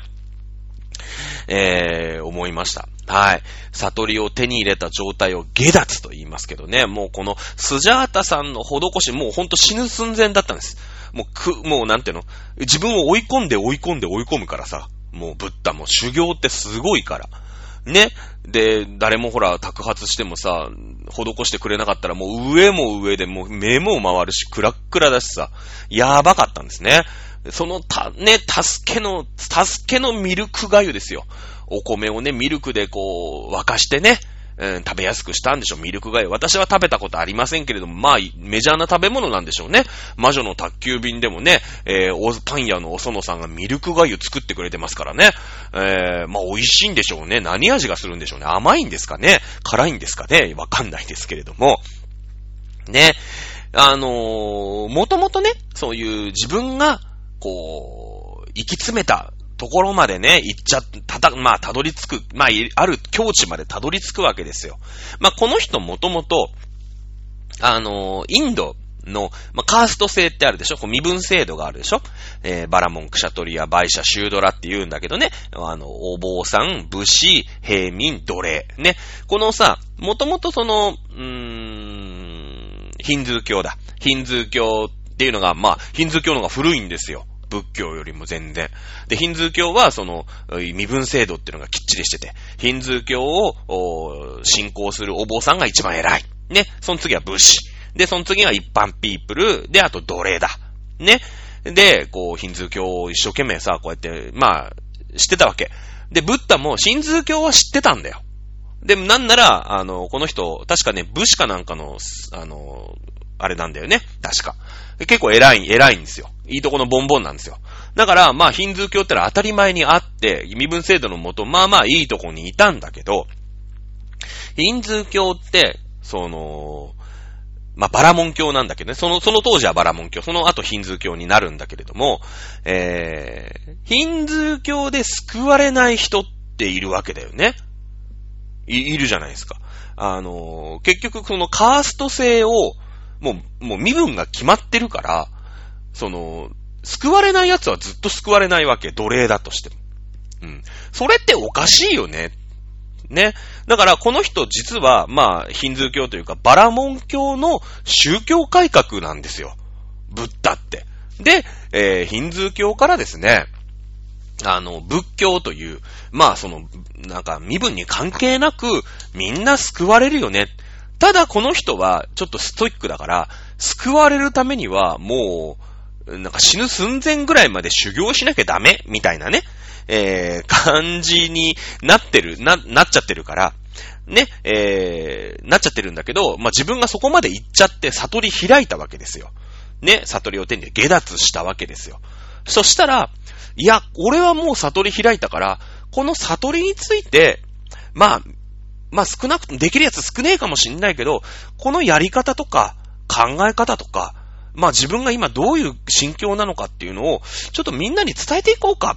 えー、思いました。はい。悟りを手に入れた状態を下脱と言いますけどね。もうこのスジャータさんの施し、もうほんと死ぬ寸前だったんです。もうく、もうなんていうの、自分を追い込んで追い込んで追い込むからさ。もうブッダも修行ってすごいから。ね。で、誰もほら、托鉢してもさ、施してくれなかったらもう上も上でもう目も回るし、クラックラだしさ、やばかったんですね。そのた、ね、助けの、助けのミルク粥ですよ。お米をね、ミルクでこう、沸かしてね、うん、食べやすくしたんでしょう、ミルク粥。私は食べたことありませんけれども、まあ、メジャーな食べ物なんでしょうね。魔女の宅急便でもね、えー、パン屋のお園さんがミルク粥作ってくれてますからね。えー、まあ、美味しいんでしょうね。何味がするんでしょうね。甘いんですかね、辛いんですかね、わかんないですけれども。ね。あのー、もともとね、そういう自分が、こう、行き詰めた、ところまでね、行っちゃ、たた、まあ、たどり着く、まあ、ある境地までたどり着くわけですよ。まあ、この人もともと、あの、インドの、まあ、カースト制ってあるでしょ、こう身分制度があるでしょ、えー、バラモン、クシャトリア、バイシャ、シュードラって言うんだけどね、あの、お坊さん、武士、平民、奴隷、ね。このさ、もともとその、うーん、ヒンズー教だ。ヒンズー教っていうのが、まあ、ヒンズー教の方が古いんですよ。仏教よりも全然。で、ヒンズー教は、その、身分制度っていうのがきっちりしてて、ヒンズー教を信仰するお坊さんが一番偉い。ね。その次は武士。で、その次は一般ピープル。で、あと奴隷だ。ね。で、こう、ヒンズー教を一生懸命さ、こうやって、まあ、知ってたわけ。で、ブッダもヒンズー教は知ってたんだよ。で、なんなら、あの、この人、確かね、武士かなんかの、あの、あれなんだよね。確か。結構偉い、偉いんですよ。いいとこのボンボンなんですよ。だから、まあ、ヒンズー教ってのは当たり前にあって、身分制度のもと、まあまあいいとこにいたんだけど、ヒンズー教って、その、まあ、バラモン教なんだけどね。その、その当時はバラモン教。その後ヒンズー教になるんだけれども、えー、ヒンズー教で救われない人っているわけだよね。い、いるじゃないですか。あの、結局そのカースト制を、もう、もう身分が決まってるから、その、救われない奴はずっと救われないわけ。奴隷だとしても。うん。それっておかしいよね。ね。だから、この人実は、まあ、ヒンズー教というか、バラモン教の宗教改革なんですよ。ブッダって。で、えー、ヒンズー教からですね、あの、仏教という、まあ、その、なんか、身分に関係なく、みんな救われるよね。ただこの人はちょっとストイックだから、救われるためにはもう、なんか死ぬ寸前ぐらいまで修行しなきゃダメみたいなね、えー、感じになってる、な、なっちゃってるから、ね、えー、なっちゃってるんだけど、まあ、自分がそこまで行っちゃって悟り開いたわけですよ。ね、悟りを手に下脱したわけですよ。そしたら、いや、俺はもう悟り開いたから、この悟りについて、まあ、まあ少なくともできるやつ少ねえかもしんないけど、このやり方とか考え方とか、まあ自分が今どういう心境なのかっていうのをちょっとみんなに伝えていこうかっ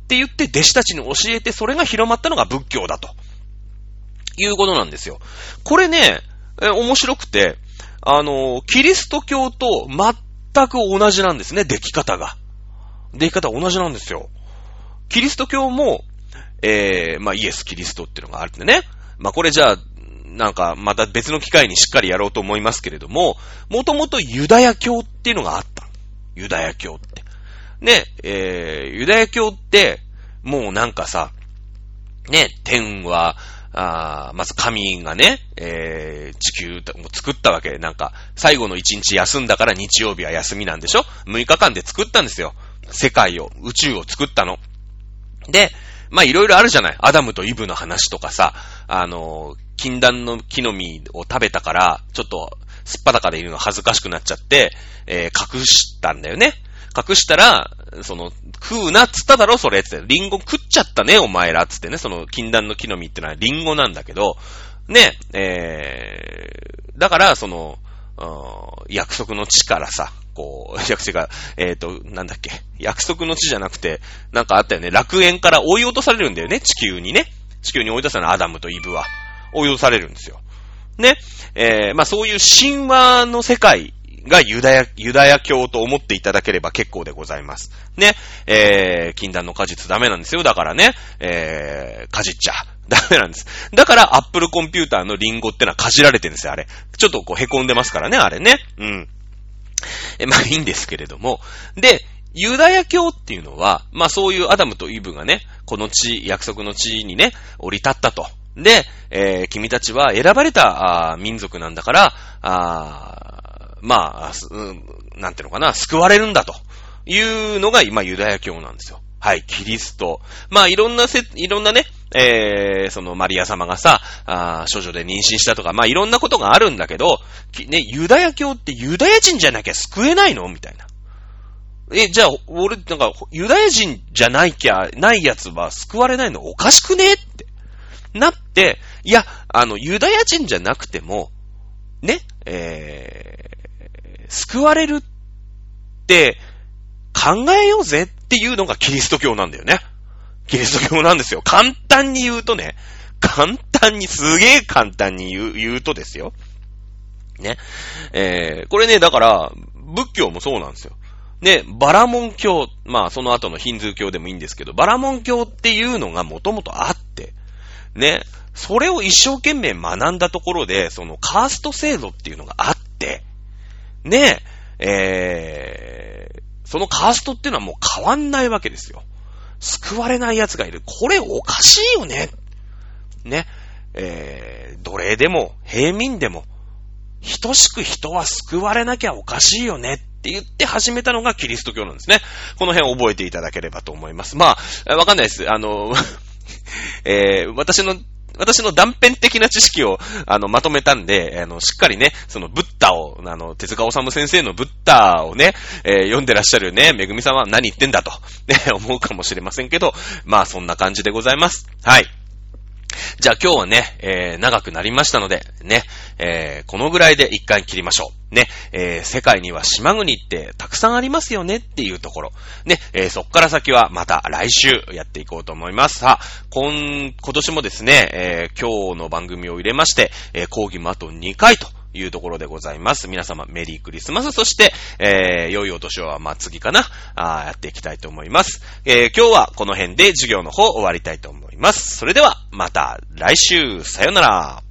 って言って弟子たちに教えて、それが広まったのが仏教だと。いうことなんですよ。これね、え面白くて、あの、キリスト教と全く同じなんですね、出来方が。出来方同じなんですよ。キリスト教も、えー、まあイエス・キリストっていうのがあるんでね。まあこれじゃあ、なんかまた別の機会にしっかりやろうと思いますけれども、もともとユダヤ教っていうのがあった。ユダヤ教って。ね、えー、ユダヤ教って、もうなんかさ、ね、天は、あまず神がね、えー、地球を作ったわけ。なんか、最後の一日休んだから日曜日は休みなんでしょ？ むいかかんで作ったんですよ。世界を、宇宙を作ったの。で、まあいろいろあるじゃない。アダムとイブの話とかさ、あの、禁断の木の実を食べたから、ちょっと、すっぱだかでいるの恥ずかしくなっちゃって、えー、隠したんだよね。隠したら、その、食うなっつっただろ、それって。リンゴ食っちゃったね、お前らっつってね。その、禁断の木の実ってのはリンゴなんだけど、ね、えー、だから、その、約束の地からさ、こう、約束が、えっと、なんだっけ、約束の地じゃなくて、なんかあったよね。楽園から追い落とされるんだよね、地球にね。地球に追い落とされるアダムとイブは。追い落とされるんですよ。ね。えー、まあそういう神話の世界がユダヤ、ユダヤ教と思っていただければ結構でございます。ね。えー、禁断の果実ダメなんですよ。だからね、えー、かじっちゃダメなんです。だからアップルコンピューターのリンゴってのはかじられてるんですよ、あれ。ちょっとこう凹んでますからね、あれね。うん。え、まあいいんですけれども。で、ユダヤ教っていうのは、まあそういうアダムとイブがね、この地、約束の地にね、降り立ったと。で、えー、君たちは選ばれたあ民族なんだから、あまあ、うん、なんていうのかな、救われるんだというのが今ユダヤ教なんですよ。はい、キリスト。まあいろんなせ、いろんなね、えー、そのマリア様がさ、あ少女で妊娠したとか、まあいろんなことがあるんだけど、ね、ユダヤ教ってユダヤ人じゃなきゃ救えないのみたいな。え、じゃあ、俺、なんか、ユダヤ人じゃないきゃ、ないやつは救われないのおかしくねって。なって、いや、あの、ユダヤ人じゃなくても、ね、えー、救われるって考えようぜっていうのがキリスト教なんだよね。キリスト教なんですよ。簡単に言うとね、簡単に、すげえ簡単に言う、言うとですよ。ね。えー、これね、だから、仏教もそうなんですよ。ね、バラモン教、まあその後のヒンズー教でもいいんですけど、バラモン教っていうのがもともとあって、ね、それを一生懸命学んだところで、そのカースト制度っていうのがあって、ね、えー、そのカーストっていうのはもう変わんないわけですよ。救われない奴がいる。これおかしいよね。ね、えー、奴隷でも平民でも、等しく人は救われなきゃおかしいよねって言って始めたのがキリスト教なんですね。この辺を覚えていただければと思います。まあ、わかんないです。あの、えー、私の、私の断片的な知識を、あの、まとめたんで、あの、しっかりね、その、ブッダを、あの、手塚治虫先生のブッダをね、えー、読んでらっしゃるね、めぐみさんは何言ってんだと、ね、思うかもしれませんけど、まあ、そんな感じでございます。はい。じゃあ今日はね、えー、長くなりましたので、ね、えー、このぐらいで一回切りましょう。ね、えー、世界には島国ってたくさんありますよねっていうところ。ね、えー、そっから先はまた来週やっていこうと思います。さあ、今、今年もですね、えー、今日の番組を入れまして、えー、講義もあとにかいというところでございます。皆様メリークリスマス、そして、えー、良いお年はまあ次かな、あやっていきたいと思います。えー、今日はこの辺で授業の方終わりたいと思います。それではまた来週、さよなら。